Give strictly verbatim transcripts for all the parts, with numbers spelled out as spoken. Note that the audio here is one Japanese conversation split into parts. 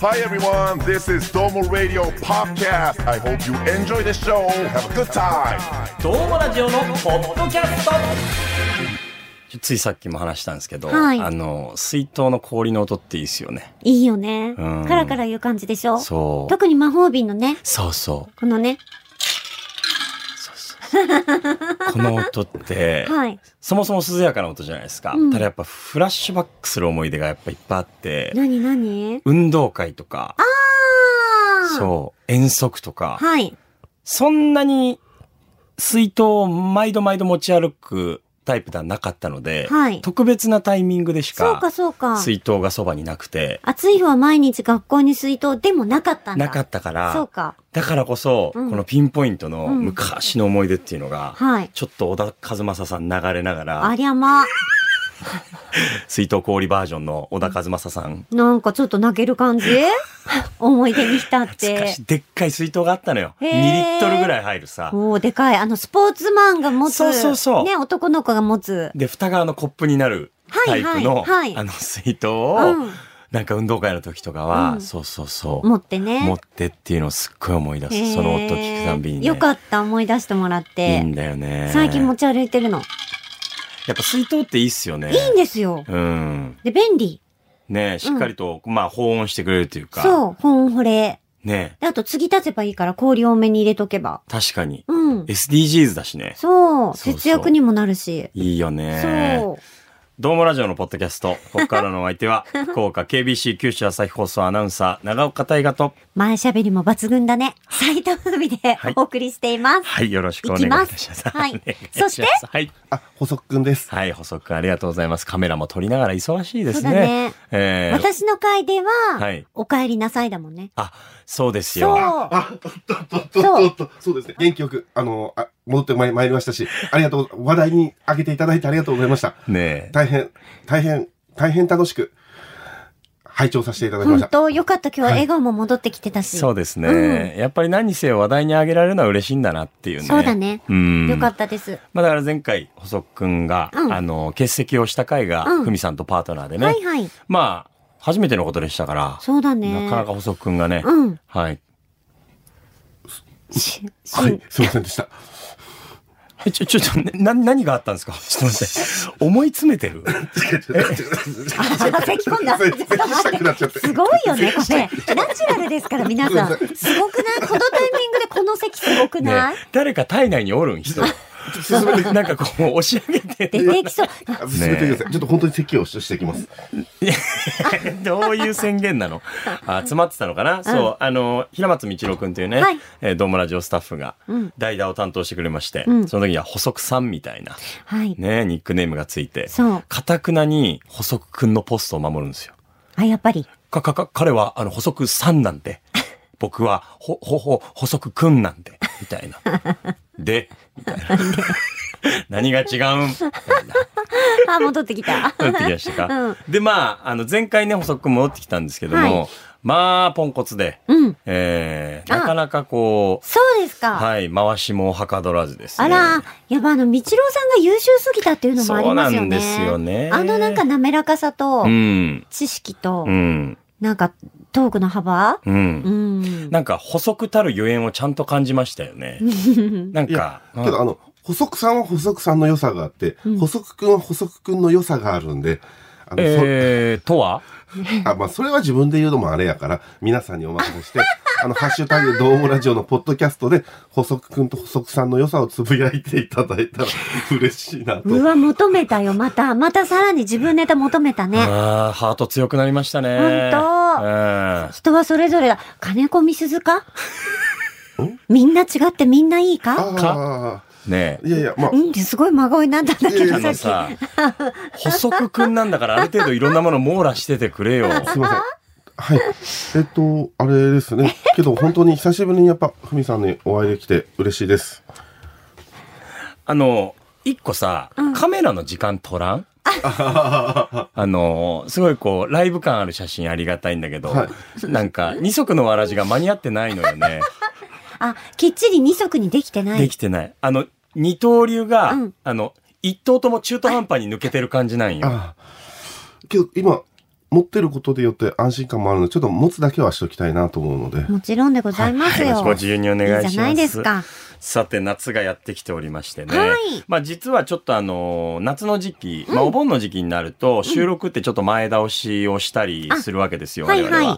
Hi everyone, this is Domo Radio Podcast. I hope you enjoy the show. Have a good time. どうもラジオのポッドキャスト。ついさっきも話したんですけど、 はい、 あの水筒の氷の音っていいですよね。 いいよね。 うん、 カラカラいう感じでしょ。 そう。 特に魔法瓶のね。 そうそう。 このね。 そうそうこの音って、 はい、 そもそも涼やかな音じゃないですか、うん、ただやっぱフラッシュバックする思い出がやっぱいっぱいあって。 何何？ 運動会とか、 あー、 そう遠足とか、 はい、 そんなに水筒を毎度毎度持ち歩くタイプではなかったので、はい、特別なタイミングでしかそうかそうか水筒がそばになくて、 暑い日は毎日学校に水筒でもなかったんだ。 なかったから、 そうか。 だからこそ、うん、このピンポイントの昔の思い出っていうのが、 うん、 ちょっと小田和正さん流れながら、 ありゃま水筒氷バージョンの小田和正さん、 なんかちょっと泣ける感じ思い出に浸ってでっかい水筒があったのよ。にリットルぐらい入るさ。 おー、でかい。あのスポーツマンが持つ、 そうそうそう、 ね、男の子が持つで蓋があのコップになるタイプの、はいはいはい、あの水筒を、うん、なんか運動会の時とかは、うん、そうそうそう持ってね持ってっていうのをすっごい思い出す。その音聞くたんびにね。 よかった、思い出してもらって。 いいんだよね。 最近持ち歩いてるの。 やっぱ水筒っていいっすよね。 いいんですよ。 うん。 で、便利。 ね、しっかりと、うん、まあ、保温してくれるというか。 そう、保温保冷。 ね。 で、あと、継ぎ足せばいいから、氷多めに入れとけば。 確かに。 うん。 エスディージーズ だしね。 そう、節約にもなるし。 いいよね。そう。どうもラジオのポッドキャスト。ここからのお相手は、福岡 ケービーシー 九州朝日放送アナウンサー、長岡大河と、 前喋りも抜群だね。斉藤文でお送りしています。 はい、はい、よろしくお願いいたします。 はい。そして、 はい。あ、細くんです。 はい、細くんありがとうございます。カメラも撮りながら忙しいですね。 そうだね。 えー、 私の回では、 はい、 お帰りなさいだもんね。 あ、そうですよ。 そう。あ、とっとっとっとっと。そうですね。元気よく、あの、あ戻ってまいりましたし、ありがとう、話題に上げていただいてありがとうございました。 ねえ。 大変、大変、大変楽しく、拝聴させていただきました。 本当よかった。今日は笑顔も戻ってきてたし。 はい、そうですね、うん。やっぱり何にせよ話題に上げられるのは嬉しいんだなっていうね。 そうだね。 うん。 よかったです。 まあだから前回、細くんが、うん、あの、欠席をした回が、ふみさんとパートナーでね。 はいはい。 まあ、初めてのことでしたから。 そうだね。 なかなか細くんがね。 うん。 はい。 はい、すいませんでした。 え、ちょ、ちょっと、ね、な、何があったんですか？ちょっと待って。思い詰めてる？ あ、咳込んだ。すごいよね、これ。ナチュラルですから、皆さん。すごくない？このタイミングでこの咳すごくない？ ね、誰か体内におるん、人。なんかこう、押し上げて。 出てきそう。 進めてください。ちょっと本当に咳をしていきます。 どういう宣言なの？あ、詰まってたのかな、うん、そう、あの、平松道郎くんというね、はい、えー、ドームラジオスタッフが、代打を担当してくれまして、うん、その時には細くさんみたいな、はい、ね、ニックネームがついて、そう。かたくなに細くくんのポストを守るんですよ。 あ、やっぱり。 か、か、か、彼は、あの、細くさんなんで、僕は、ほ、ほ、ほ、細くくんなんで、みたいな。で、みたいな。何が違うんみたいな。 あ、戻ってきた。 戻ってきましたか。うん、で、まあ、あの、前回ね、細く戻ってきたんですけども、はい、まあ、ポンコツで、うん、えー、なかなかこう、 そうですか。 はい、回しもはかどらずですね。 あら、やっぱあの、みちろうさんが優秀すぎたっていうのもありますよね。 そうなんですよね。 あのなんか滑らかさと、うん、知識と、うん、なんか、トークの幅、うん、 うん。なんか、補足たるゆえんをちゃんと感じましたよね。なんか、 けどあの、細くさんは細くさんの良さがあって、うん、細くくんは細くくんの良さがあるんで、 あの、えー、とはあ、まあ、それは自分で言うのもあれやから、皆さんにお任せして、あの、ハッシュタグ、ドームラジオのポッドキャストで、細くくんと細くさんの良さをつぶやいていただいたら嬉しいなと。 うわ、求めたよ、また。またさらに自分ネタ求めたね。 ああ、ハート強くなりましたね。 本当、えー、人はそれぞれだ。金子みすずかみんな違ってみんないいかかねえ。いやいや、まあ。 うん、すごい真声なんだけど、 さっき。さ、細くくんなんだから、ある程度いろんなもの網羅しててくれよ。 すいません。はい。えっと、あれですね。けど、本当に久しぶりにやっぱ、ふみさんにお会いできて嬉しいです。 あの、一個さ、うん、カメラの時間取らんあの、すごいこう、ライブ感ある写真ありがたいんだけど、はい、なんか、二足のわらじが間に合ってないのよね。 あ、きっちり二足にできてない。 できてない。あの、二刀流が、うん、あの、一頭とも中途半端に抜けてる感じなんよ。あけど、今、 持ってることでよって安心感もあるので、ちょっと持つだけはしておきたいなと思うので。 もちろんでございますよ。 はい、ご自由にお願いします。 いいじゃないですか。 さて、夏がやってきておりましてね。 はい。 まあ実はちょっとあの、夏の時期、うん、まあお盆の時期になると、収録ってちょっと前倒しをしたりするわけですよ、我々は。はいはい、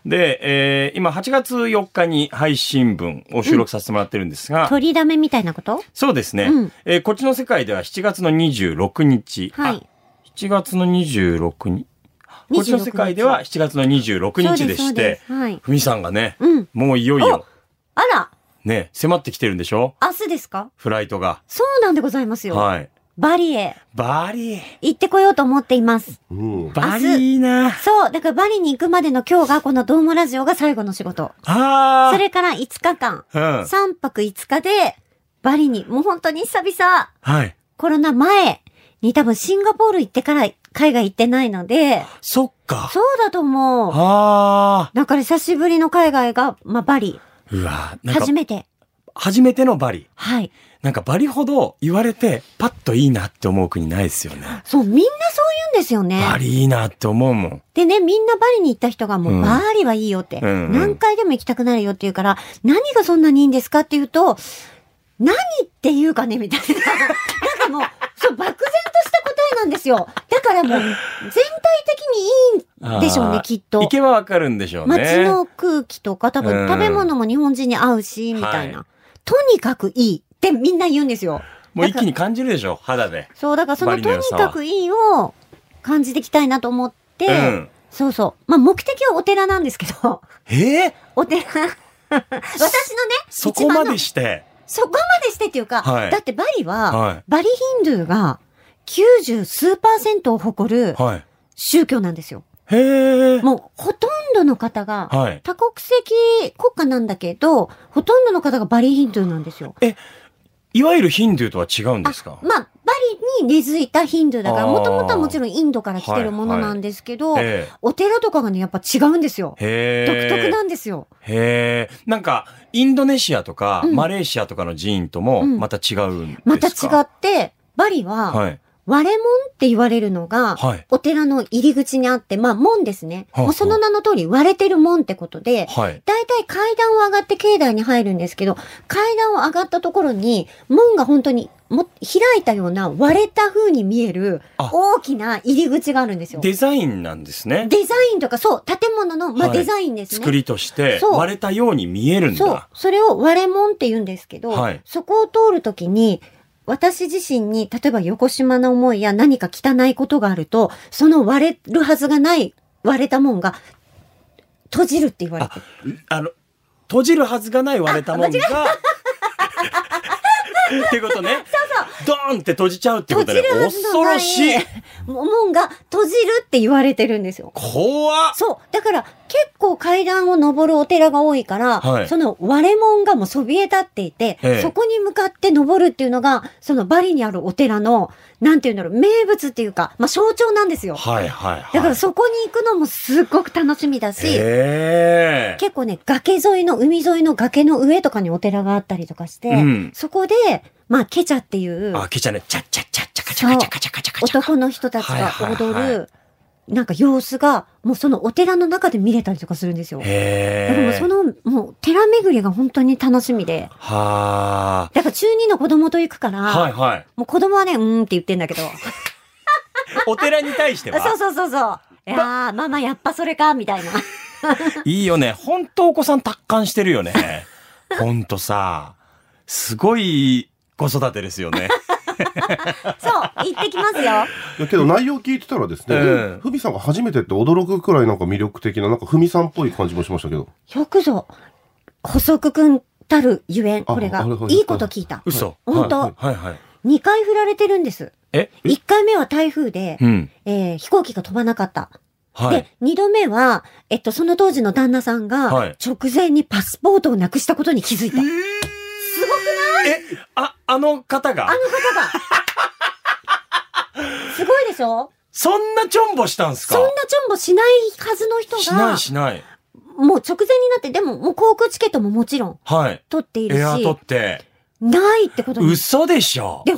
で、えー、今はちがつよっかに配信分を収録させてもらってるんですが。うん、 取りだめみたいなこと？ そうですね。うん、えー、こっちの世界ではしちがつのにじゅうろくにち。 はい。 しちがつのにじゅうろくにち。こっちの世界ではしちがつのにじゅうろくにちでして、はい、ふみさんがね、うん、もういよいよ。 あら。 ね、迫ってきてるんでしょ？ 明日ですか？ フライトが。 そうなんでございますよ。 はい。 バリへ。 バリ行ってこようと思っています。 うん、バリいいな。 そう。だからバリに行くまでの今日がこのドームラジオが最後の仕事。 ああ。 それからいつかかん。うん。さんぱくいつかでバリに、もう本当に久々。 はい。 コロナ前に多分シンガポール行ってから海外行ってないので。 そっか。 そうだと思う。 ああ。 だから久しぶりの海外が、まあバリ。 うわ、 なんか初めて。 初めてのバリ。 はい。 なんかバリほど言われてパッといいなって思う国ないですよね。 そう、みんなそう言うんですよね。 バリいいなって思うもん。 でね、みんなバリに行った人がもうバリはいいよって、うん、何回でも行きたくなるよって言うから、何がそんなにいいんですかって言うと、何って言うかねみたいな。なんかもう、そう、漠然とした答えなんですよ。だからもう、全体的にいいんでしょうね、きっと。 行けばわかるんでしょうね。 街の空気とか、多分食べ物も日本人に合うし、みたいな。はい、とにかくいいってみんな言うんですよ。 もう一気に感じるでしょ、肌で。 そう、だからそのとにかくいいを感じていきたいなと思って、うん、そうそう。まあ目的はお寺なんですけど。 えー、 お寺。私のね、 そこまでして。 そこまでしてっていうか、はい、だってバリは、はい、バリヒンドゥーがきゅうじゅう数パーセントを誇る宗教なんですよ。 はい、へー。 もうほとんどの方が、はい、多国籍国家なんだけど、ほとんどの方がバリヒンドゥーなんですよ。 え、いわゆるヒンドゥーとは違うんですか？ まあ、バリに根付いたヒンドゥーだから、もともとはもちろんインドから来てるものなんですけど、はいはい、お寺とかがね、やっぱ違うんですよ。 へー。 独特なんですよ。 へー。なんか、インドネシアとか、うん、マレーシアとかの寺院ともまた違うんですか？ また違って、バリは、はい、割れ門って言われるのが、はい、お寺の入り口にあって、まあ門ですね。はあはあ、もうその名の通り割れてる門ってことで、はい、だいたい階段を上がって境内に入るんですけど、階段を上がったところに、門が本当にも開いたような割れた風に見える大きな入り口があるんですよ。 デザインなんですね。 デザインとか、そう、建物の、まあ、デザインですね、はい。 作りとして割れたように見えるんだ。 そう。それを割れ門って言うんですけど、はい、そこを通るときに、私自身に、例えば横島な思いや何か汚いことがあると、その割れるはずがない割れたもんが閉じるって言われてる。 あ、あの、閉じるはずがない割れたもんが、ってことね。そうそう。ドーンって閉じちゃうってことね。恐ろしい。 門が閉じるって言われてるんですよ。 怖っ。 そう。だから結構階段を登るお寺が多いから、はい、その割れ門がもうそびえ立っていて、ええ、そこに向かって登るっていうのが、そのバリにあるお寺の、なんていうんだろう、名物っていうか、まあ象徴なんですよ。 はいはいはい。 だからそこに行くのもすっごく楽しみだし、 えー、 結構ね、崖沿いの、海沿いの崖の上とかにお寺があったりとかして、うん、そこで、まあ、ケチャっていう。 あ、ケチャね。チャッチャッチャッチャカチャカチャカチャカチャカチャ。 男の人たちが踊る、なんか様子が、もうそのお寺の中で見れたりとかするんですよ。 へー。 だからもうその、もう寺巡りが本当に楽しみで。 はー。 だから中にの子供と行くから、 はいはい。 もう子供はね、うーんって言ってんだけど。 お寺に対してはそうそうそうそう。いやー、ママやっぱそれか、みたいな。 いいよね。本当お子さん達観してるよね。ほんとさ、すごい、子育てですよね。 そう、行ってきますよ。いやけど内容聞いてたらですね、ふみさんが初めてって驚くくらいなんか魅力的な、なんかふみさんっぽい感じもしましたけど。 よくぞ、補足くんたるゆえん、これが、いいこと聞いた。 嘘。 本当。 はいはい。 にかい振られてるんです。 え ? いっかいめは台風で、うん、えー、飛行機が飛ばなかった。はい、で、にどめは、えっと、その当時の旦那さんが、直前にパスポートをなくしたことに気づいた。はい、すごくない？ え、あ、あの方があの方が。すごいでしょ？ そんなちょんぼしたんすか？ そんなちょんぼしないはずの人が。 しないしない。 もう直前になって、でも、もう航空チケットももちろん。はい。取っているし。 エア取って。 ないってことに。 嘘でしょ？ で、本当に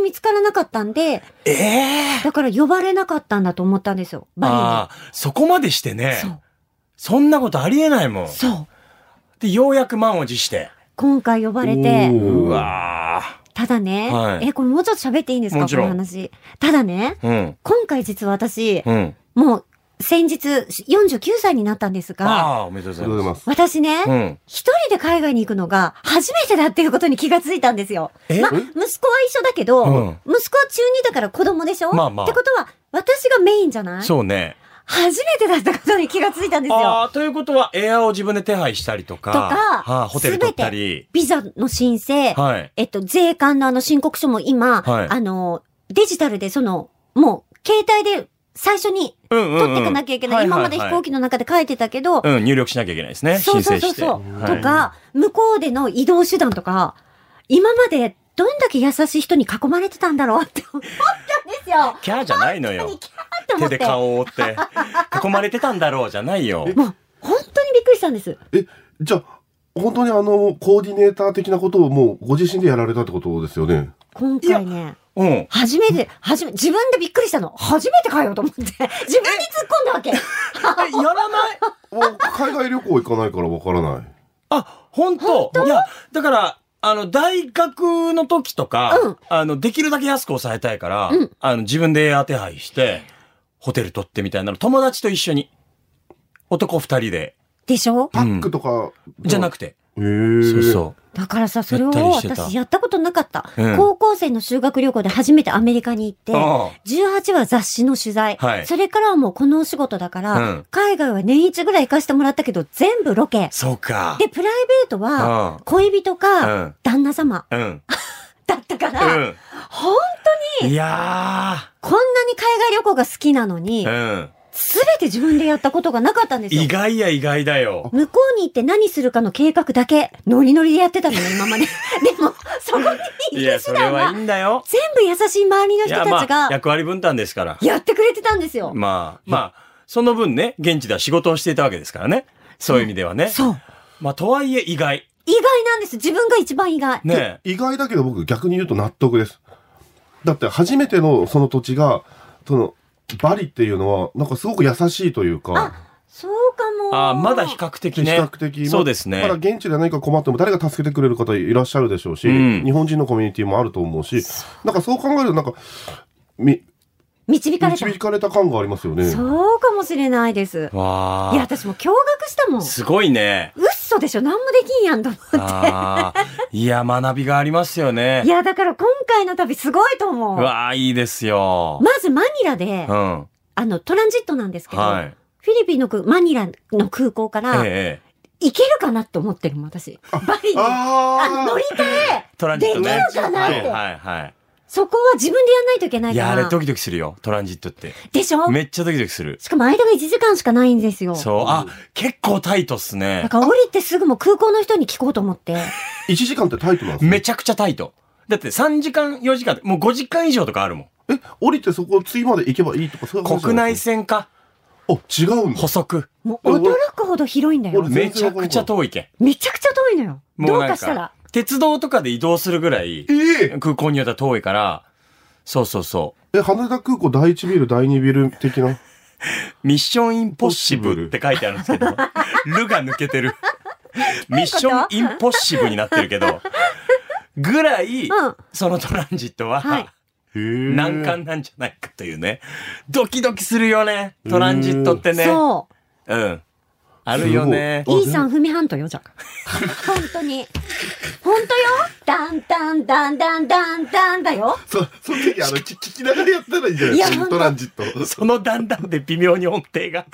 見つからなかったんで、 ええー、 だから呼ばれなかったんだと思ったんですよ、バリに。ああ、 そこまでしてね。そう。そんなことありえないもん。 そう。 で、ようやく満を持して。 今回呼ばれて。 うわー。 ただね、はい、え、これもうちょっと喋っていいんですか、この話。ただね、うん、今回実は私、うん、もう先日よんじゅうきゅうさいになったんですが、 ああ、おめでとうございます。 私ね、うん、一人で海外に行くのが初めてだっていうことに気がついたんですよ。まあ、息子は一緒だけど、うん、息子は中にだから子供でしょ、まあまあ、ってことは、私がメインじゃない？ そうね。 初めてだったことに気がついたんですよ。 ああ、ということはエアを自分で手配したりとか。 とか、 はあ、ホテル取ったり。 ビザの申請、はい、えっと、税関のあの申告書も今、はい、あの、デジタルでその、もう、携帯で最初に取っていかなきゃいけない。今まで飛行機の中で書いてたけど。 うん、入力しなきゃいけないですね。 そうそうそうそう。はい、とか、向こうでの移動手段とか、今までどんだけ優しい人に囲まれてたんだろうって思ったんですよ。 キャーじゃないのよ。手で顔を覆って囲まれてたんだろうじゃないよ。 もう本当にびっくりしたんです。 え、じゃあ本当にあのコーディネーター的なことをもうご自身でやられたってことですよね。 今回ね、うん、初めて初め自分でびっくりしたの。初めてかよと思って自分に突っ込んだわけ。やらない。 もう海外旅行行かないからわからない。 あ、本当。いやだから。あの、大学の時とか、うん、あの、できるだけ安く抑えたいから、うん、あの、自分でエア手配して、ホテル取ってみたいなの、友達と一緒に、男二人で。 でしょ？ パックとか、うん、 じゃなくて。 へー。 そうそう。 だからさ、それを私やったことなかった。うん、高校生の修学旅行で初めてアメリカに行って、じゅうはちは雑誌の取材、はい、それからはもうこのお仕事だから、うん、海外は年一ぐらい行かせてもらったけど、全部ロケ。 そうか。 で、プライベートは、恋人か、旦那様、うん、だったから、うん、本当に、 いやー、 こんなに海外旅行が好きなのに、うんすべて自分でやったことがなかったんですよ。 意外や意外だよ。 向こうに行って何するかの計画だけ、ノリノリでやってたのよ、今まで。でも、そこに行くいや、それはいいんだよ。 全部優しい周りの人たちが、まあ、役割分担ですから。 やってくれてたんですよ。 まあ、まあ、その分ね、現地では仕事をしていたわけですからね。そういう意味ではね。 そう。 まあ、とはいえ意外。 意外なんです。自分が一番意外。 ね意外だけど僕逆に言うと納得です。だって初めてのその土地が、その、バリっていうのは、なんかすごく優しいというか。 あ、そうかも。 あ、まだ比較的ね。 比較的。 そうですね。 だから現地で何か困っても誰が助けてくれる方いらっしゃるでしょうし、うん、日本人のコミュニティもあると思うし、なんかそう考えるとなんか、み、 導かれた。 導かれた感がありますよね。 そうかもしれないです。 わいや、私も驚愕したもん。 すごいね。 嘘でしょ、何もできんやんと思って。 あいや、学びがありますよね。 いや、だから今回の旅すごいと思う。 うわー、いいですよ。 まずマニラで、うん、あの、トランジットなんですけど、はい、フィリピンのマニラの空港から、ええ、行けるかなって思ってるもん、私。バリに。あ乗り換え、トランジットね、できるかなって。はいはいはい。そこは自分でやんないといけないから。 いや、あれドキドキするよ、トランジットって。 でしょ？ めっちゃドキドキする。 しかも間がいちじかんしかないんですよ。 そう。あ、結構タイトっすね。 だから降りてすぐも空港の人に聞こうと思って。 いちじかんってタイトなんですか？ めちゃくちゃタイト。だってさんじかん、よじかん、もうごじかん以上とかあるもん。 え、降りてそこ次まで行けばいいとかそういう話？ 国内線か。 あ、違うんだ。 補足。 もう驚くほど広いんだよ。 めちゃくちゃ遠いけん。 めちゃくちゃ遠いのよ。どうかしたら。 鉄道とかで移動するぐらい、空港によっては遠いから、そうそうそう。 え、羽田空港第一ビル、第二ビル的なミッションインポッシブルって書いてあるんですけど、ルが抜けてる。ミッションインポッシブになってるけど、ぐらい、うん、そのトランジットは、はい、難関なんじゃないかというね。ドキドキするよね、トランジットってね。 そう。 うん。あるよね。 イーさん踏み半島よ、じゃん。本当に。本当よ。ダンダンダンダンダンダンだよ。 そ、その時あの、聞きながらやったらいいんじゃないですか、トランジット。 そのダンダンで微妙に音程が。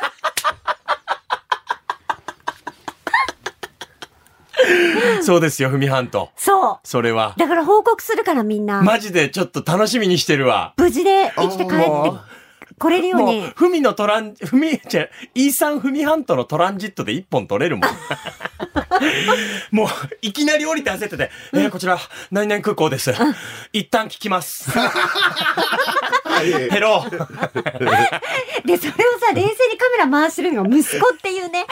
そうですよ、踏み半島。 そう。 それは。 だから報告するからみんな。 マジでちょっと楽しみにしてるわ。 無事で生きて帰ってこれるように。 もう、ふみのトラン、ふみ、じゃ、イーサンふみ半島のトランジットで一本取れるもん。もう、いきなり降りて焦ってて、うん、えー、こちら、何々空港です。一旦聞きます。ヘロー。 で、それをさ、冷静にカメラ回してるのが息子っていうね。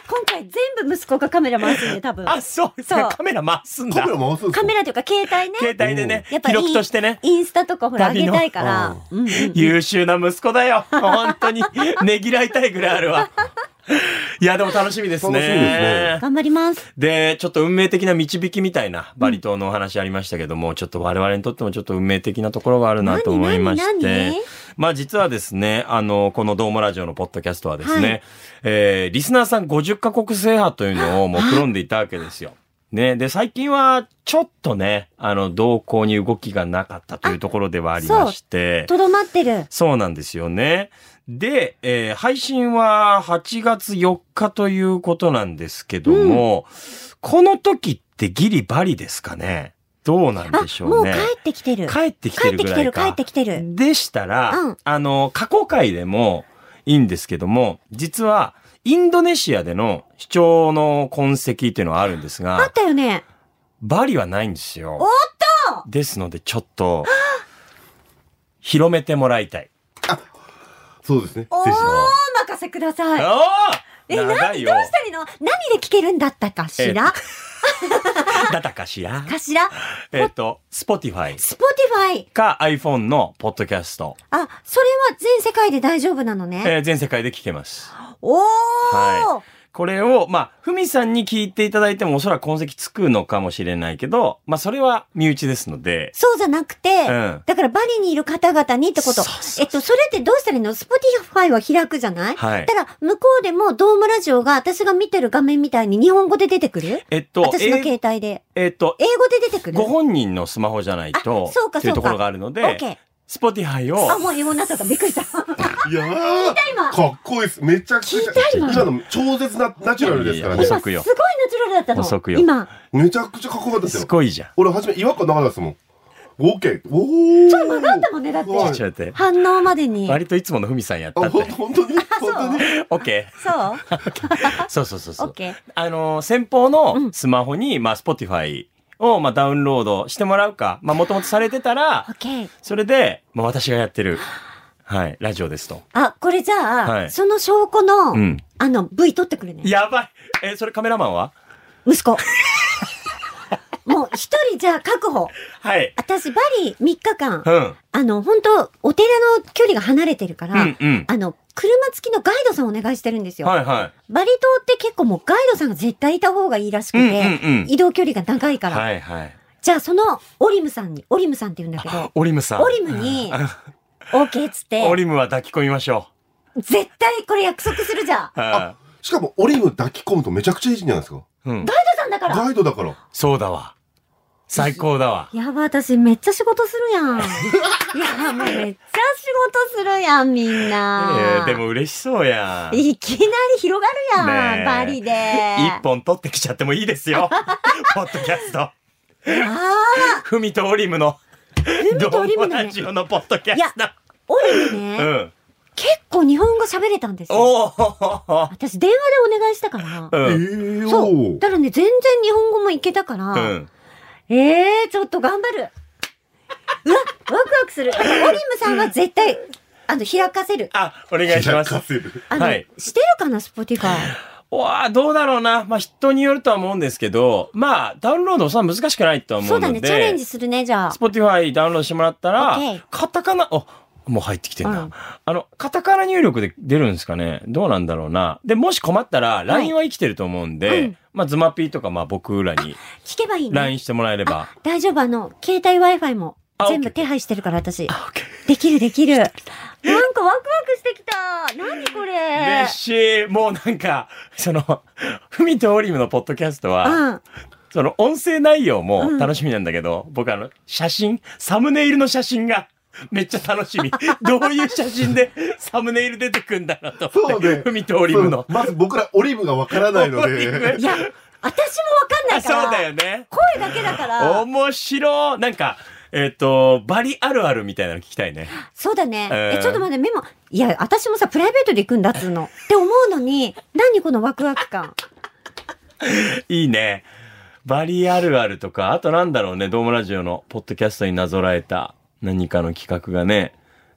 今回全部息子がカメラ回すんで、多分。 あ、そうそう。カメラ回すんだ。 カメラ回すんですか？ カメラというか携帯ね。 携帯でね、 やっぱ記録としてね。 インスタとかほら上げたいから。 うんうんうん、優秀な息子だよ。本当に。ねぎらいたいぐらいあるわ。いや、でも楽しみですね。 楽しみですね。 頑張ります。 で、ちょっと運命的な導きみたいなバリ島のお話ありましたけども、うん、ちょっと我々にとってもちょっと運命的なところがあるなと思いまして。何何何まあ実はですね、あの、このどうもラジオのポッドキャストはですね、はい、えー、リスナーさんごじゅっカ国制覇というのを目論んでいたわけですよ。ね。で、最近はちょっとね、あの、動向に動きがなかったというところではありまして。 とどまってる。 そうなんですよね。で、えー、配信ははちがつよっかということなんですけども、うん、この時ってギリバリですかね。どうなんでしょうね。 もう帰ってきてる。 帰ってきてるぐらいか。 帰ってきてる、帰ってきてる。 でしたら、 うん、 あの、過去回でもいいんですけども、実は、インドネシアでの視聴の痕跡っていうのはあるんですが、 あったよね。 バリはないんですよ。 おっとですので、ちょっと、広めてもらいたい。 あ、そうですね。 おー、任せください。 おーえ、な、どうしたらいいの？何で聞けるんだったかしら？ だったかしらかしらえっと、Spotify。 Spotify。 か iPhone のポッドキャスト。 あ、それは全世界で大丈夫なのね。 えー、全世界で聞けます。 おー、 はい。これを、まあ、ふみさんに聞いていただいてもおそらく痕跡つくのかもしれないけど、まあ、それは身内ですので。 そうじゃなくて、 うん、 だからバリにいる方々にってこと。そうそうそう。えっと、それってどうしたらいいの？ Spotify は開くじゃない？はい。ただ、向こうでもドームラジオが私が見てる画面みたいに日本語で出てくる？えっと、私の携帯で。 えっと、 英語で出てくる？ ご本人のスマホじゃないと、 そうかそうか。 というところがあるので、 OK。 Spotify を。 あ、もう英語になったかびっくりした。 いやー、かっこいいです。めちゃくちゃ。今の超絶なナチュラルですからね。 補足よ。 すごいナチュラルだったの。 補足よ。 今。 めちゃくちゃかっこよかったですよ。 すごいじゃん。 俺初め違和感なかったですもん。オーケー。おー。 ちょっと曲がったもんね、だって。ちょっと待って。反応までに。 割といつものふみさんやったって。 本当に本当にオッケー。 そうそうそうそうそう。 オッケー。 あの、先方のスマホに、まあ、Spotify、を、まあ、ダウンロードしてもらうか。まあ、もともとされてたら、 okay. それで、まあ、私がやってる、はい、ラジオですと。 あ、これじゃあ、はい、その証拠の、うん、あの、ブイ 取ってくるね。 やばい。え、それカメラマンは？ 息子。もう一人じゃあ確保。 はい。 私、バリみっかかん、 うん、 あの、本当お寺の距離が離れてるから、 うんうん、 あの、車付きのガイドさんお願いしてるんですよ。 はいはい。 バリ島って結構もうガイドさんが絶対いた方がいいらしくて、うんうんうん、移動距離が長いから。 はいはい。 じゃあそのオリムさんに、オリムさんって言うんだけど、 オリムさん。 オリムに、OK っつって。 オリムは抱き込みましょう。絶対これ約束するじゃん。 あ、しかもオリム抱き込むとめちゃくちゃいいじゃないですか。 うん。 ガイドさんだから。 ガイドだから。 そうだわ。最高だわ。 やば、私めっちゃ仕事するやん。いや、もうめっちゃ仕事するやん、みんな。 えー、でも嬉しそうやん。 いきなり広がるやん、ね、バリで。 一本取ってきちゃってもいいですよ。ポッドキャスト。ああ。 ふみとオリムの。 ふみとオリムの、ね。 ラジオのポッドキャスト。いや、 オリムね。 うん。 結構日本語喋れたんですよ。 お私電話でお願いしたから。 うん、 えー、 そう。だからね、全然日本語もいけたから。うん、ええー、ちょっと頑張る。うわ、ワクワクする。オリムさんは絶対、あの、開かせる。 あ、お願いします。 開かせる。 あの、はい、してるかな、スポティファイ。 わあ、どうだろうな。まあ、人によるとは思うんですけど、まあ、ダウンロードそんな難しくないと思うので。そうだね、 チャレンジするね、じゃあ。 スポティファイダウンロードしてもらったら、 okay. カタカナ、お、もう入ってきてんな、 うん。 あの、カタカナ入力で出るんですかね。どうなんだろうな。で、もし困ったら、ライン は生きてると思うんで、はいうん、まあ、ズマピーとか、まあ、僕らに。 聞けばいいね。 ライン してもらえれば。 大丈夫、あの、携帯 Wi-Fi も全部手配してるから、私。 あ、 できる、できる。なんかワクワクしてきた。何これ。 嬉しい。もうなんか、その、ふみとオリムのポッドキャストは、うん、その、音声内容も楽しみなんだけど、うん、僕あの、写真、サムネイルの写真が、めっちゃ楽しみ。どういう写真でサムネイル出てくんだろうと思って。ふみとオリムの。 まず僕らオリムがわからないので。 いや、私もわかんないから。 そうだよね。 声だけだから。 面白い。なんか、えっと、バリあるあるみたいなの聞きたいね。 そうだね。え、ちょっと待って、メモ。いや、私もさ、プライベートで行くんだっつうの。って思うのに、何このワクワク感。 いいね。バリあるあるとか、あとなんだろうね、ドームラジオのポッドキャストになぞらえた何かの企画がね、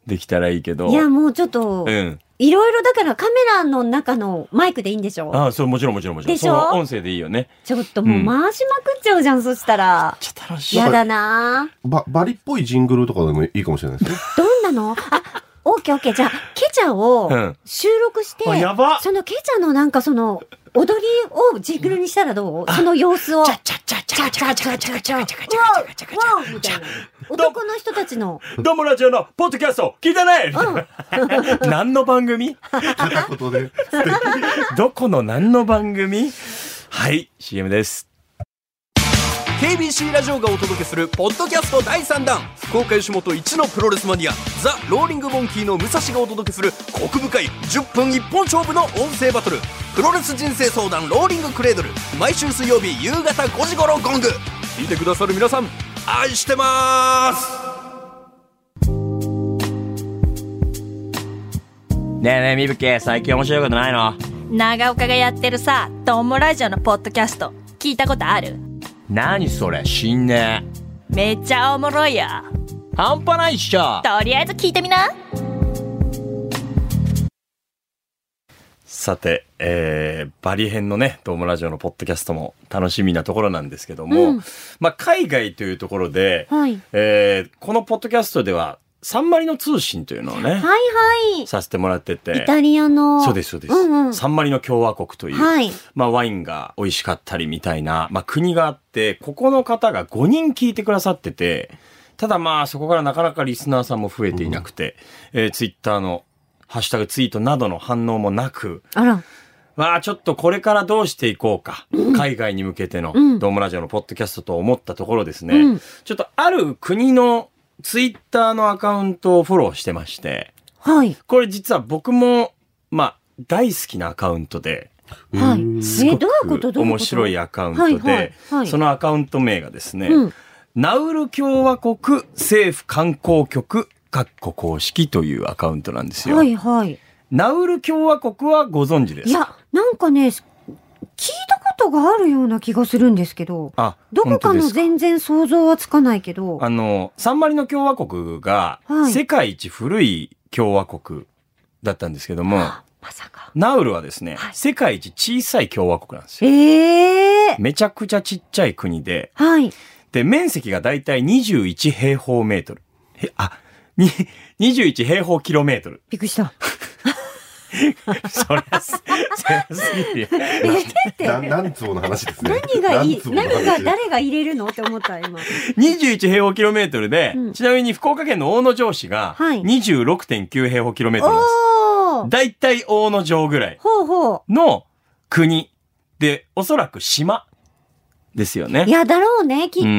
できたらいいけど。 いや、もうちょっと、 うん。 いろいろだからカメラの中のマイクでいいんでしょ？ ああ、そう、もちろんもちろんもちろん。 でしょ？ その音声でいいよね。 ちょっともう回しまくっちゃうじゃん、うん、そしたら。 ちょっと楽しい。 やだなば、バリっぽいジングルとかでもいいかもしれないですね。 どんなの？あ、オーケーオーケー。じゃあ、ケチャを収録して、うん、 やばそのケチャのなんかその、踊りをジングルにしたらどう？その様子を。チャチャチャチャチャチャチャチャチャチャチャチャチャチャチャワーみたいな。男の人たちの。 どうもラジオのポッドキャスト聞いてね、うん、何の番組聞いたことで。 どこの何の番組？はい、シーエム です。 ケービーシー ラジオがお届けするポッドキャストだいさんだん、福岡吉本一のプロレスマニアザ・ローリングモンキーの武蔵がお届けするコク深いじゅっぷん一本勝負の音声バトル、プロレス人生相談ローリングクレードル、毎週水曜日夕方ごじ頃ゴング。聞いてくださる皆さん愛してまーす。 ねえねえみぶき、最近面白いことないの？ 長岡がやってるさ、トンモラジオのポッドキャスト聞いたことある？ 何それ、知んねえ。めっちゃおもろいよ。 半端ないっしょ。 とりあえず聞いてみな。 さて、えー、バリ編のね、ドームラジオのポッドキャストも楽しみなところなんですけども、うん、まあ海外というところで、はい、えー、このポッドキャストではサンマリノ通信というのをね、はいはい、させてもらってて、 イタリアの、 そうですそうです、うんうん、サンマリノ共和国という、はい、まあワインが美味しかったりみたいな、まあ国があって、ここの方がごにん聞いてくださってて、ただまあそこからなかなかリスナーさんも増えていなくて、うん、えー、ツイッターのハッシュタグツイートなどの反応もなく、あら。わあ、ちょっとこれからどうしていこうか。うん、海外に向けての、ドームラジオのポッドキャストと思ったところですね。うん、ちょっとある国のツイッターのアカウントをフォローしてまして。はい。これ実は僕も、まあ、大好きなアカウントで。はい。すごく面白いアカウントで、はいはいはい、そのアカウント名がですね、うん、ナウル共和国政府観光局かっこ公式というアカウントなんですよ。はいはい。ナウル共和国はご存知ですか？ いや、なんかね、聞いたことがあるような気がするんですけど、あ、どこかの全然想像はつかないけど。 あの、サンマリノ共和国が世界一古い共和国だったんですけども、はい、まさか。ナウルはですね、はい、世界一小さい共和国なんですよ。えー、めちゃくちゃちっちゃい国で、はい。で、面積がだいたいにじゅういちへいほうメートル。え、あ、に、にじゅういちへいほうキロメートル。 びっくりした。 そりゃす、そりゃすぎるよ。 な、何坪の話ですね。 何がいい、何が、誰が入れるのって思った今。 にじゅういちへいほうキロメートルで、うん、ちなみに福岡県の大野城市が にじゅうろくてんきゅうへいほうキロメートルなんです。だいたい大野城ぐらいの国で、おそらく島ですよね。 いや、だろうね、きっと、うん。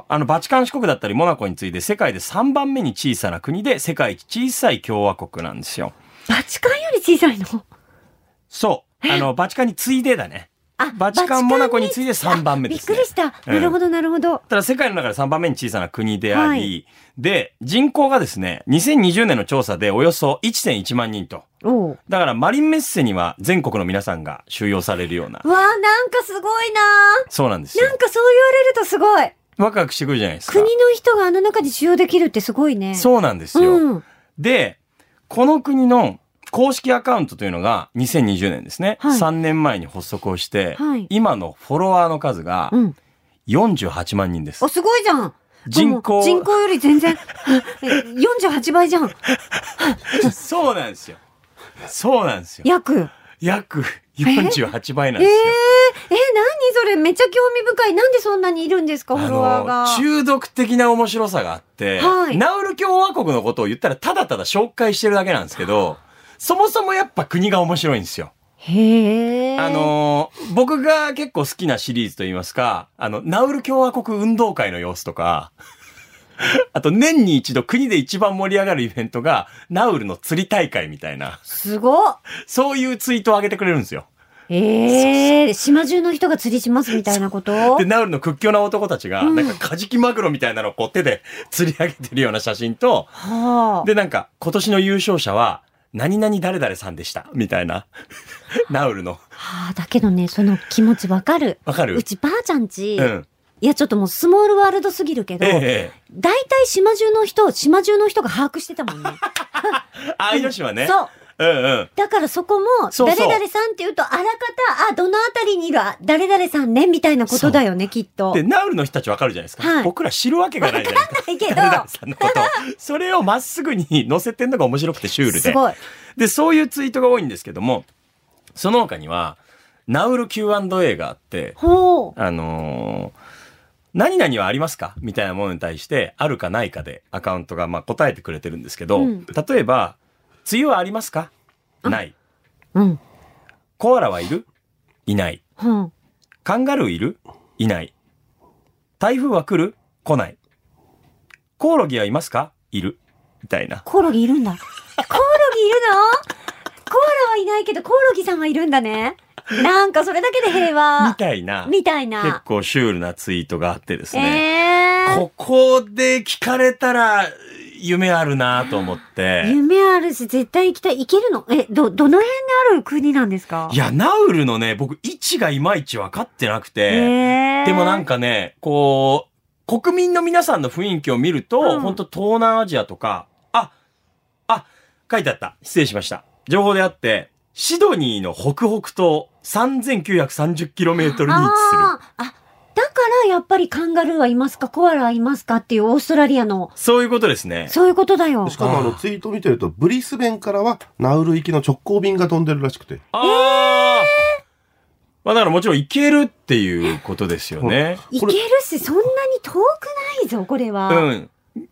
あの、バチカン市国だったりモナコに次いで世界でさんばんめに小さな国で、世界一小さい共和国なんですよ。 バチカンより小さいの？ そう。あの、バチカンに次いでだね。あ、バチカン、モナコに次いでさんばんめですね。 びっくりした。なるほど、なるほど。 ただ世界の中でさんばんめに小さな国であり、はい、で、人口がですね、にせんにじゅうねんの調査でおよそ いってんいちまんにんと。おだからマリンメッセには全国の皆さんが収容されるような。 わあ、なんかすごいな。 そうなんですよ。 なんかそう言われるとすごい。 ワクワクしてくるじゃないですか。 国の人があの中で収容できるってすごいね。 そうなんですよ。うん、で、この国の公式アカウントというのがにせんにじゅうねんですね。はい、さんねんまえに発足をして、はい、今のフォロワーの数がよんじゅうはちまんにんです。 お、すごいじゃん。 人口。 人口より全然、よんじゅうはちばいじゃん。 そうなんですよ。そうなんですよ。 約。 約よんじゅうはちばいなんですよ。 えー、えー、えー、何それめっちゃ興味深い。なんでそんなにいるんですか、フォロワーが。 中毒的な面白さがあって、はい、ナウル共和国のことを言ったらただただ紹介してるだけなんですけど、そもそもやっぱ国が面白いんですよ。へー。あのー、僕が結構好きなシリーズといいますか、あの、ナウル共和国運動会の様子とか、あと年に一度国で一番盛り上がるイベントがナウルの釣り大会みたいな。 すごっ。 そういうツイートを上げてくれるんですよ。 ええー、島中の人が釣りしますみたいなことで、ナウルの屈強な男たちが、なんかカジキマグロみたいなのをこう手で釣り上げてるような写真と、はあ、で、なんか今年の優勝者は、何々誰々さんでした。みたいな。ナウルの。 はあ、だけどね、その気持ちわかる。 わかる？ うちばあちゃんち、うん、 いや、ちょっともうスモールワールドすぎるけど、大、え、体、え、島中の人、島中の人が把握してたもんね。 あ、愛の島ね。 そう。 うんうん。 だからそこも、誰々さんって言うと、あらかた、あ、どのあたりにいる、誰々さんね、みたいなことだよね、きっと。 で、ナウルの人たちわかるじゃないですか。はい、僕ら知るわけがないじゃないですか。 わかんないけど。 誰々さんのこと。それをまっすぐに載せてんのが面白くてシュールで。 すごい。 で、そういうツイートが多いんですけども、その他には、ナウル キューアンドエー があって、 ほう。 あのー、何々はありますかみたいなものに対して、あるかないかでアカウントがまあ答えてくれてるんですけど、うん、例えば、梅雨はありますかない。 うん。 コアラはいるいない。 うん。 カンガルーいるいない。台風は来る来ない。コオロギはいますかいるみたいな。 コオロギいるんだ。コオロギいるのコアラはいないけど、コオロギさんはいるんだね。なんかそれだけで平和。 みたいな。 みたいな。 結構シュールなツイートがあってですね。 えー、 ここで聞かれたら、夢あるなと思って。 夢あるし、絶対行きたい。行けるのえ、ど、どの辺にある国なんですか？ いや、ナウルのね、僕、位置がいまいち分かってなくて。 えー、 でもなんかね、こう、国民の皆さんの雰囲気を見ると、うん、本当東南アジアとか、あ、あ、書いてあった。失礼しました。情報であって、シドニーの北北東 さんぜんきゅうひゃくさんじゅっキロメートル に位置する。 ああ、だからやっぱりカンガルーはいますかコアラはいますかっていうオーストラリアの。 そういうことですね。 そういうことだよ。 しかもあのツイート見てると、ブリスベンからはナウル行きの直行便が飛んでるらしくて。 ああ、えー、まあだからもちろん行けるっていうことですよね。 行けるし、そんなに遠くないぞ、これは。 うん。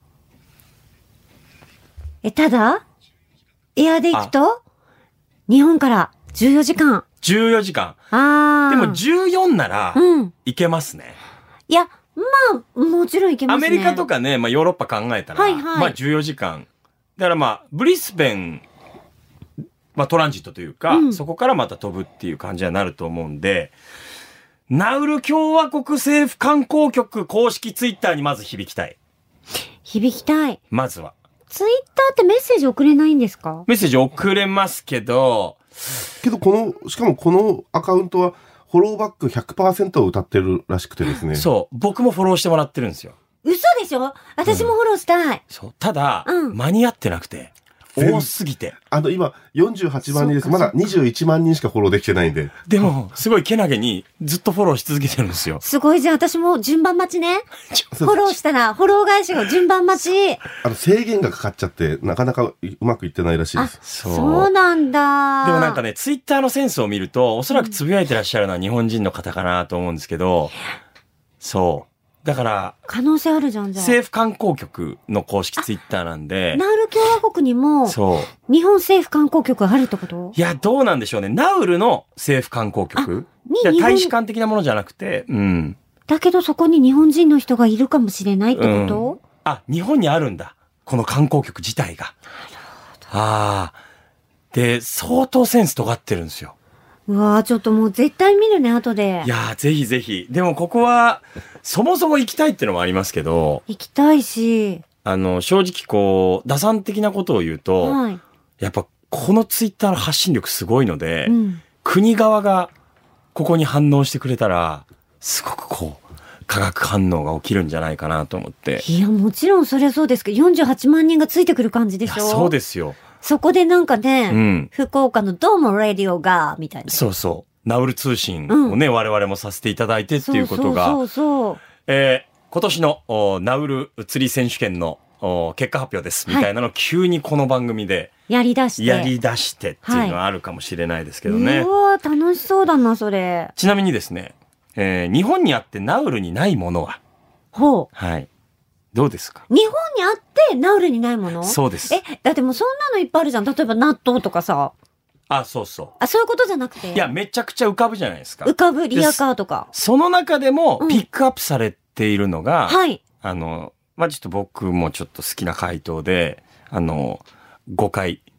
え、ただエアで行くと日本からじゅうよじかん。 じゅうよじかん。ああ。 でもじゅうよんなら、いけますね。 うん、いや、まあ、もちろんいけますね。 アメリカとかね、まあヨーロッパ考えたら、 はいはい、 まあじゅうよじかん。だからまあ、ブリスベン、まあトランジットというか、うん、そこからまた飛ぶっていう感じになると思うんで、ナウル共和国政府観光局公式ツイッターにまず響きたい。 響きたい。 まずは。 ツイッターってメッセージ送れないんですか？ メッセージ送れますけど、 けどこの、しかもこのアカウントはフォローバック ひゃくパーセント を歌ってるらしくてですね。 そう。僕もフォローしてもらってるんですよ。 嘘でしょ？私もフォローしたい。うん、 そう。ただ、うん、間に合ってなくて。多すぎて。 あの、今、よんじゅうはちまんにんです。まだにじゅういちまんにんしかフォローできてないんで。 でも、すごいけなげにずっとフォローし続けてるんですよ。 すごい、じゃあ私も順番待ちね。フォローしたら、フォロー返しが順番待ち。 あの、制限がかかっちゃって、なかなかうまくいってないらしいです。 そう。そうなんだ。 でもなんかね、ツイッターのセンスを見ると、おそらくつぶやいてらっしゃるのは日本人の方かなと思うんですけど、そう。だから、 可能性あるじゃん、じゃあ。 政府観光局の公式ツイッターなんで。 ナウル共和国にも、そう。日本政府観光局があるってこと？ いや、どうなんでしょうね。ナウルの政府観光局に大使館的なものじゃなくて、うん。 だけどそこに日本人の人がいるかもしれないってこと？うん、 あ、日本にあるんだ。この観光局自体が。なるほど。ああ。で、相当センス尖ってるんですよ。 うわー、ちょっともう絶対見るね、後で。 いやー、ぜひぜひ。でもここは、そもそも行きたいってのもありますけど。 行きたいし。 あの、正直こう、打算的なことを言うと、はい、やっぱこのツイッターの発信力すごいので、うん、国側がここに反応してくれたら、すごくこう、化学反応が起きるんじゃないかなと思って。 いや、もちろんそりゃそうですけど、よんじゅうはちまんにんがついてくる感じでしょ？ そうですよ。 そこでなんかね、うん、福岡のどうもラディオが、みたいな。 そうそう。ナウル通信をね、うん、我々もさせていただいてっていうことが、 そうそうそうそう。 えー、今年のナウル釣り選手権の結果発表です、みたいなのを急にこの番組で、 やり出して。 やり出してっていうのはあるかもしれないですけどね。はい、 うわー、楽しそうだな、それ。 ちなみにですね、えー、日本にあってナウルにないものは、 ほう。 はい。どうですか？ 日本にあってナウルにないもの？ そうです。 え、だってもうそんなのいっぱいあるじゃん。例えば納豆とかさ。 あ、そうそう。 あ、そういうことじゃなくて。 いや、めちゃくちゃ浮かぶじゃないですか。 浮かぶ、リアカーとか。 その中でもピックアップされているのが、 うん、はい。 あの、まあ、ちょっと僕もちょっと好きな回答で、あの、ごかい。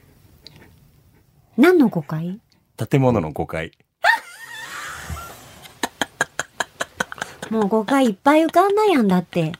何のごかい？ 建物のごかい。 もうごかいいっぱい浮かんだやんだって。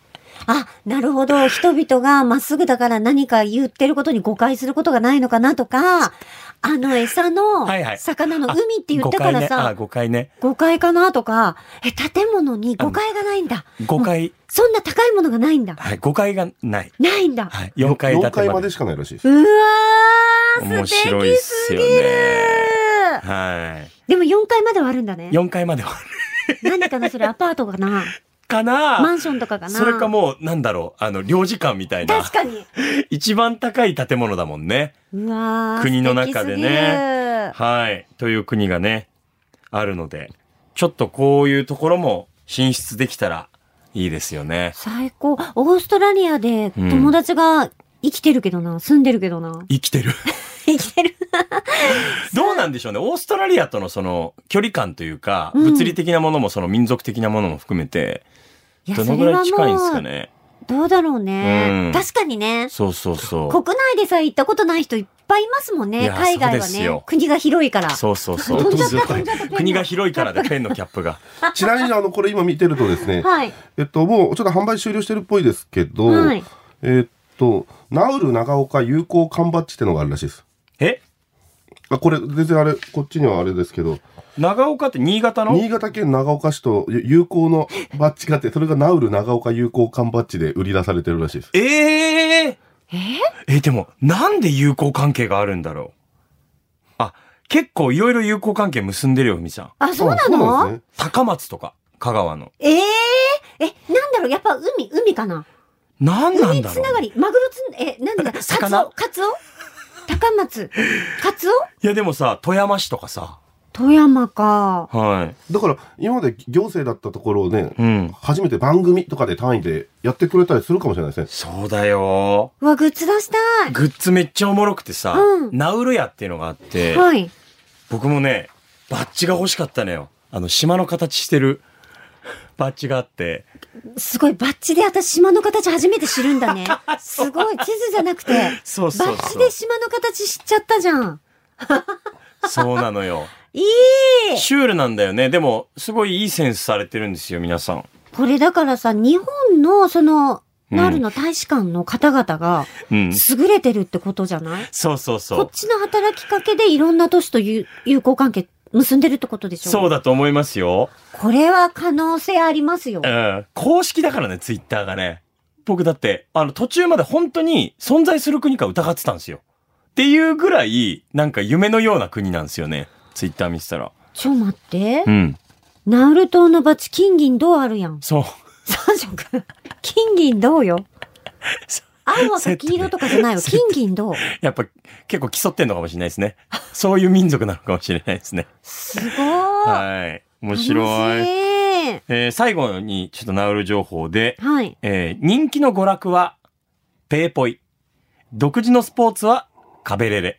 あ、なるほど。人々がまっすぐだから何か言ってることに誤解することがないのかなとか、あの餌の魚の海って言ったからさ、 あ、誤解ね。 誤解かなとか、え、建物に誤解がないんだ。 誤解。 そんな高いものがないんだ。 はい、誤解がない。 ないんだ。 はい、よんかい建てまで。よんかいまでしかないらしいです。 うわー、 面白いっすよね。はい。 でもよんかいまではあるんだね。 よんかいまではある。何かな、それアパートかな。 かなマンションとかかな。 それかもう、なんだろう、あの、領事館みたいな。 確かに。 一番高い建物だもんね。 うわー、 国の中でね。はい。という国がね、あるので、ちょっとこういうところも進出できたらいいですよね。 最高。オーストラリアで友達が生きてるけどな、うん、住んでるけどな。 生きてる生きてるどうなんでしょうね。オーストラリアとのその距離感というか、うん、物理的なものもその民族的なものも含めて、どのぐらい近いんですかね。 どうだろうね、うん。確かにね。 そうそうそう。 国内でさえ行ったことない人いっぱいいますもんね。海外はね。国が広いから。 そうそうそう。 飛んじゃった飛んじゃった国が広いからでペンのキャップが。 ちなみにあのこれ今見てるとですね。はい。えっともうちょっと販売終了してるっぽいですけど、はい、えっとナウル長岡友好缶バッジってのがあるらしいです。 え？ あ、これ全然あれこっちにはあれですけど。 長岡って新潟の？ 新潟県長岡市と友好のバッジがあって、それがナウル長岡友好缶バッジで売り出されてるらしいです。 えー、 ええ、でもなんで友好関係があるんだろう。あ、結構いろいろ友好関係結んでるよ、ふみちゃん。 あ、そうなの？ ね、 高松とか香川の。 えー、え、なんだろう、やっぱ海海かな。 なんなんだろう。 海つながり、マグロつえ、なんだろう、カツオカツオ高松カツオ？ いやでもさ、富山市とかさ。 富山か。 はい。 だから今まで行政だったところをね、うん、初めて番組とかで単位でやってくれたりするかもしれないですね。そうだよ。 うわ、グッズ出したい。 グッズめっちゃおもろくてさ、うん、ナウル屋っていうのがあって、はい、僕もね、バッジが欲しかったのよ。あの、島の形してるバッジがあって。 すごい、バッジで私島の形初めて知るんだね。すごい、地図じゃなくて、 そうそうそう、 バッジで島の形知っちゃったじゃん。 そうなのよ。 いいシュールなんだよね。でも、すごいいいセンスされてるんですよ、皆さん。 これだからさ、日本のその、ナウルの大使館の方々が、優れてるってことじゃない？うん、 そうそうそう。 こっちの働きかけでいろんな都市と友好関係結んでるってことでしょ？ そうだと思いますよ。 これは可能性ありますよ。 うん。公式だからね、ツイッターがね。僕だって、あの、途中まで本当に存在する国か疑ってたんですよ。っていうぐらい、なんか夢のような国なんですよね。ツイッター見てたら。 ちょ、待って。 うん。 ナウル島のバチ、金銀銅あるやん。 そう。 さん色。金銀銅よ。青赤黄色とかじゃないよ。金銀銅。 やっぱ結構競ってんのかもしれないですね。そういう民族なのかもしれないですね。 すごい。 はい。面白い。えー、最後にちょっとナウル情報で、はい、えー、人気の娯楽はペーポイ。独自のスポーツはカベレレ。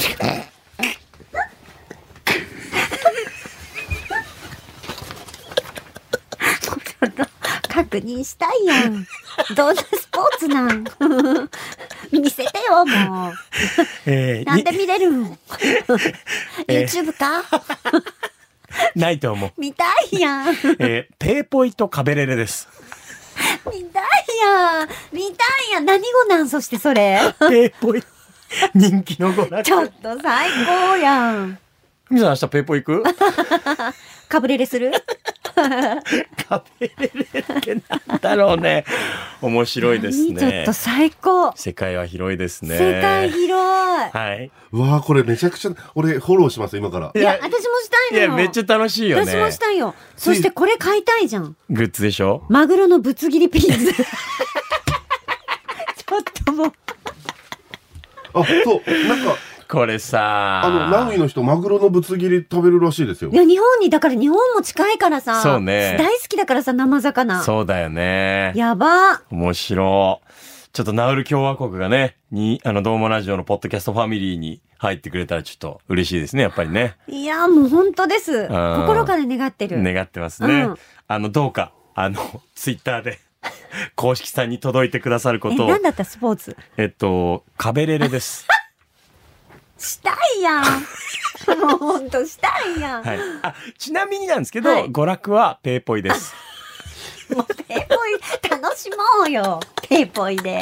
確認したいやん。どんなスポーツなん見せてよ、もう。えー、なんで見れるん、えー、?YouTube かないと思う。 見たいやん。 えー、ペーポイとカベレレです。 見たいやん。見たいやん。何語なんそしてそれ。 ペーポイ。人気の娯楽。 ちょっと最高やん。 みさん明日ペーポイ行く？ カブレレする？ カベレレってなんだろうね。面白いですね。 ちょっと最高。 世界は広いですね。 世界広い。 はい。 わあ、これめちゃくちゃ、俺フォローします今から。 いや、私もしたいのよ。 いや、めっちゃ楽しいよね。 私もしたいよ。そしてこれ買いたいじゃん。 グッズでしょ？ マグロのぶつ切りピーズ。ちょっともう。 あ、そう、なんか。 これさ、 あの、ナウイの人、マグロのぶつ切り食べるらしいですよ。 いや、日本に、だから日本も近いからさ。 そうね。 大好きだからさ、生魚。 そうだよね。 やば。 面白い。ちょっとナウル共和国がね、に、あの、ドーモラジオのポッドキャストファミリーに入ってくれたらちょっと嬉しいですね、やっぱりね。 いや、もう本当です。心から願ってる。 願ってますね。うん、あの、どうか、あの、ツイッターで。公式さんに届いてくださることを。 え、何だったスポーツ？ えっと、カベレレです。 したいやん。もうほんとしたいやん。 はい。あ、ちなみになんですけど、はい、娯楽はペーポイです。 もうペーポイ楽しもうよ。ペーポイで。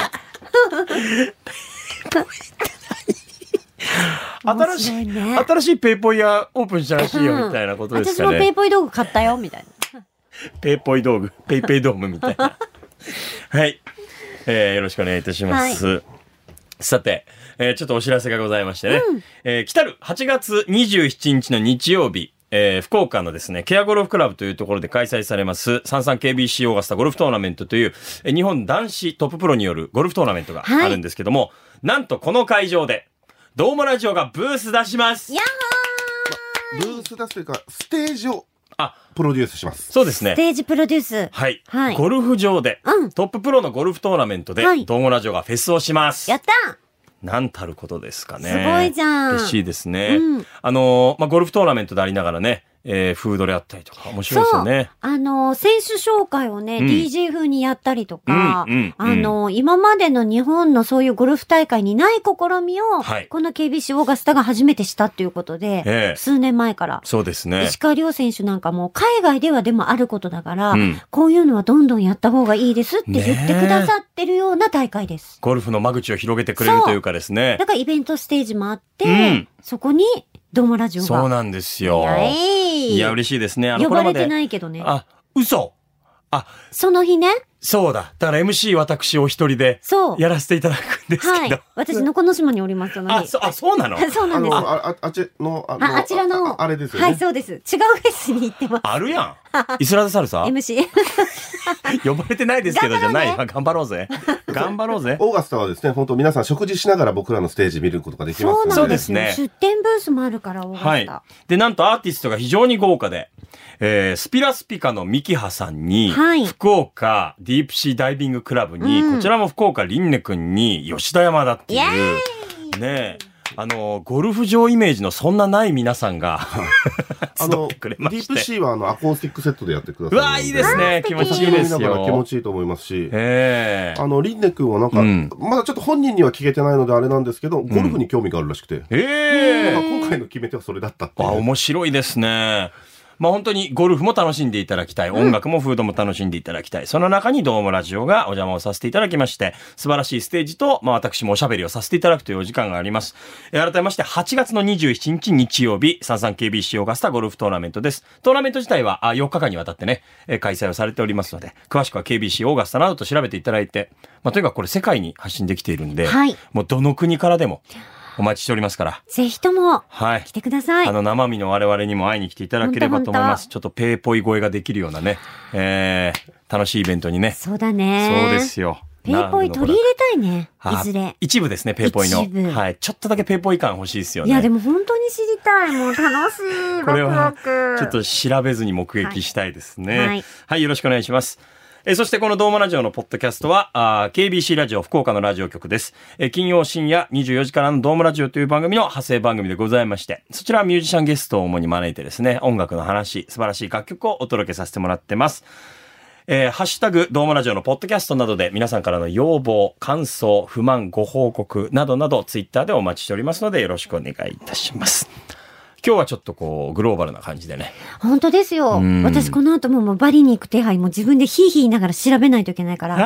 新しい、ね、新しいペーポイ屋オープンしたらしいよみたいなことですかね。 私もペーポイ道具買ったよみたいな。 ペーポイ道具、ペイペイドームみたいな。はい、えー。よろしくお願いいたします。はい、さて、えー、ちょっとお知らせがございましてね。うん、えー、来たるはちがつにじゅうしちにちの日曜日、えー、福岡のですね、ケアゴルフクラブというところで開催されます、サンサン ケービーシー オーガスタゴルフトーナメントという、えー、日本男子トッププロによるゴルフトーナメントがあるんですけども、はい、なんとこの会場で、ドームラジオがブース出します。 やー、ま、ブース出すというか、ステージをプロデュースします。 そうですね。 ステージプロデュース。 はい。はい、ゴルフ場で、うん、トッププロのゴルフトーナメントで、はい、ドームラジオがフェスをします。 やったなんたることですかね。 すごいじゃん。 嬉しいですね。うん、あのー、まあ、ゴルフトーナメントでありながらね、えー、フードであったりとか面白いですよね。 あのー、選手紹介をね、うん、ディージェー 風にやったりとか、うんうん、あのー、今までの日本のそういうゴルフ大会にない試みを、はい、この ケービーシー オーガスタが初めてしたっていうことで、えー、数年前から。 そうですね。 石川遼選手なんかも海外ではでもあることだから、うん、こういうのはどんどんやった方がいいですって言ってくださってるような大会です。 ゴルフの間口を広げてくれるというかですね。 だからイベントステージもあって、うん、そこにドームラジオが。 そうなんですよ。いや、嬉しいですね。 あの呼ばれてないけどね。 あ、嘘。あ、 その日ね。 そうだ。だから エムシー 私お一人でやらせていただくんですけど。はい。 私のこの島におりますので。あ、そ、あ、そうなのそうなんです。 あの、あ、あっちの、 あの、あ、あちらの、 あ、あれですよね。 はい、そうです。違うフェスに行ってます。 あるやん。イスラダサルサエムシー呼ばれてないですけどじゃない。頑張ろうぜ。頑張ろうぜ。 オーガスタはですね、本当皆さん食事しながら僕らのステージ見ることができますので。 そうですね。 出店ブースもあるから、オーガスタ。はい。 で、なんとアーティストが非常に豪華で、えー、スピラスピカのミキハさんに、はい、福岡ディープシーダイビングクラブに、うん、こちらも福岡リンネ君に吉田山田っていう、ねえ、あの、ゴルフ場イメージのそんなない皆さんがあの、ディープシーはあのアコースティックセットでやってください。 うわ、いいですね。気持ちいいですよ。 気持ちいいと思いますし、 えー、 あの、リンネ君はなんか、うん、まだちょっと本人には聞けてないのであれなんですけど、ゴルフに興味があるらしくて、 えー、今回の決め手はそれだったっていう。 あ、面白いですね。まあ本当にゴルフも楽しんでいただきたい。音楽もフードも楽しんでいただきたい。その中にドームラジオがお邪魔をさせていただきまして、素晴らしいステージと、まあ私もおしゃべりをさせていただくというお時間があります。え改めましてはちがつのにじゅうしちにち日曜日、サンサン ケービーシー オーガスタゴルフトーナメントです。トーナメント自体はよっかかんにわたってね、開催をされておりますので、詳しくは ケービーシー オーガスタなどと調べていただいて、まあとにかくこれ世界に発信できているんで、はい、もうどの国からでも、お待ちしておりますから。 ぜひとも、来てください。 はい、あの、生身の我々にも会いに来ていただければと思います。ちょっとペーポイ声ができるようなね、えー、楽しいイベントにね。 そうだね。 そうですよ。 ペーポイ取り入れたいね。いずれ。 一部ですね、ペーポイの。はい。ちょっとだけペーポイ感欲しいですよね。 いや、でも本当に知りたい。もう楽しい。 これは、ちょっと調べずに目撃したいですね。はい。はい、よろしくお願いします。えー、そしてこのドームラジオのポッドキャストはあ ケービーシー ラジオ福岡のラジオ局です、えー、金曜深夜にじゅうよじからのドームラジオという番組の派生番組でございまして、そちらはミュージシャンゲストを主に招いてですね、音楽の話、素晴らしい楽曲をお届けさせてもらってます。えー、ハッシュタグドームラジオのポッドキャストなどで皆さんからの要望、感想、不満、ご報告などなどツイッターでお待ちしておりますのでよろしくお願いいたします。今日はちょっとこうグローバルな感じでね。 本当ですよ。私この後ももうバリに行く手配も自分でヒーヒー言いながら調べないといけないから。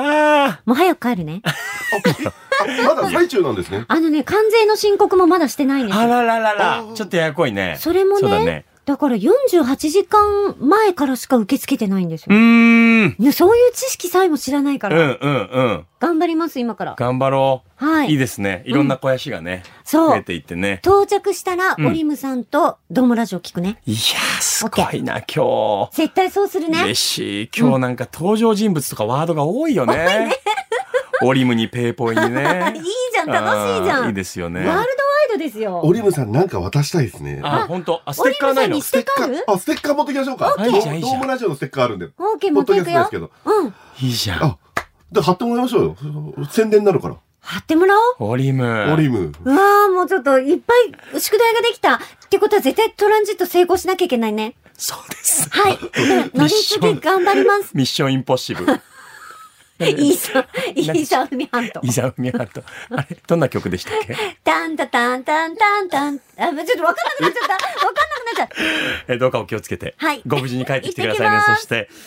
あもう早く帰るね。 まだ最中なんですね。 あのね、関税の申告もまだしてないんです。 あらららら。ちょっとややこいね。 それもね。そうだね。だからよんじゅうはちじかんまえからしか受け付けてないんですよ。 うーん。 そういう知識さえも知らないから。 うんうんうん。頑張ります、今から。 頑張ろう。 はい。 いいですね。いろんな肥やしがね。うん、そう。増えていってね。 到着したら、オリムさんとドームラジオ聞くね。 いやー、すごいな、今日。 絶対そうするね。 嬉しい。今日なんか登場人物とかワードが多いよね。多いね。オリムにペーポイにね。 いいじゃん、楽しいじゃん。 いいですよね。 ワールドワイドですよ。 オリムさんなんか渡したいですね。 あ、本当。あ、ステッカーないの？ ステッカーあ、ステッカー持ってきましょうか。ドームラジオのステッカーあるんで。 オーケー、持っていくよ。 うん。いいじゃん。 あ、で貼ってもらいましょうよ。宣伝になるから。 貼ってもらおう。 オリム。 オリム。 うわー、もうちょっといっぱい宿題ができた。ってことは絶対トランジット成功しなきゃいけないね。 そうです。 はい。乗り継ぎ頑張ります。 ミッションインポッシブル。 イーサ、イーサ海ハント。 イーサ海ハント。あれ、どんな曲でしたっけ？ タンタタンタンタンタン。あ、ちょっとわかんなくなっちゃった。わかんなくなっちゃった。 え、どうかお気をつけて。 はい。 ご無事に帰ってきてくださいね。そして、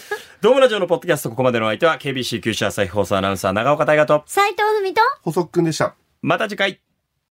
ドームラジオのポッドキャスト、ここまでの相手は ケービーシー 九州朝日放送アナウンサー長岡大河と斉藤文と細くんでした。 また次回。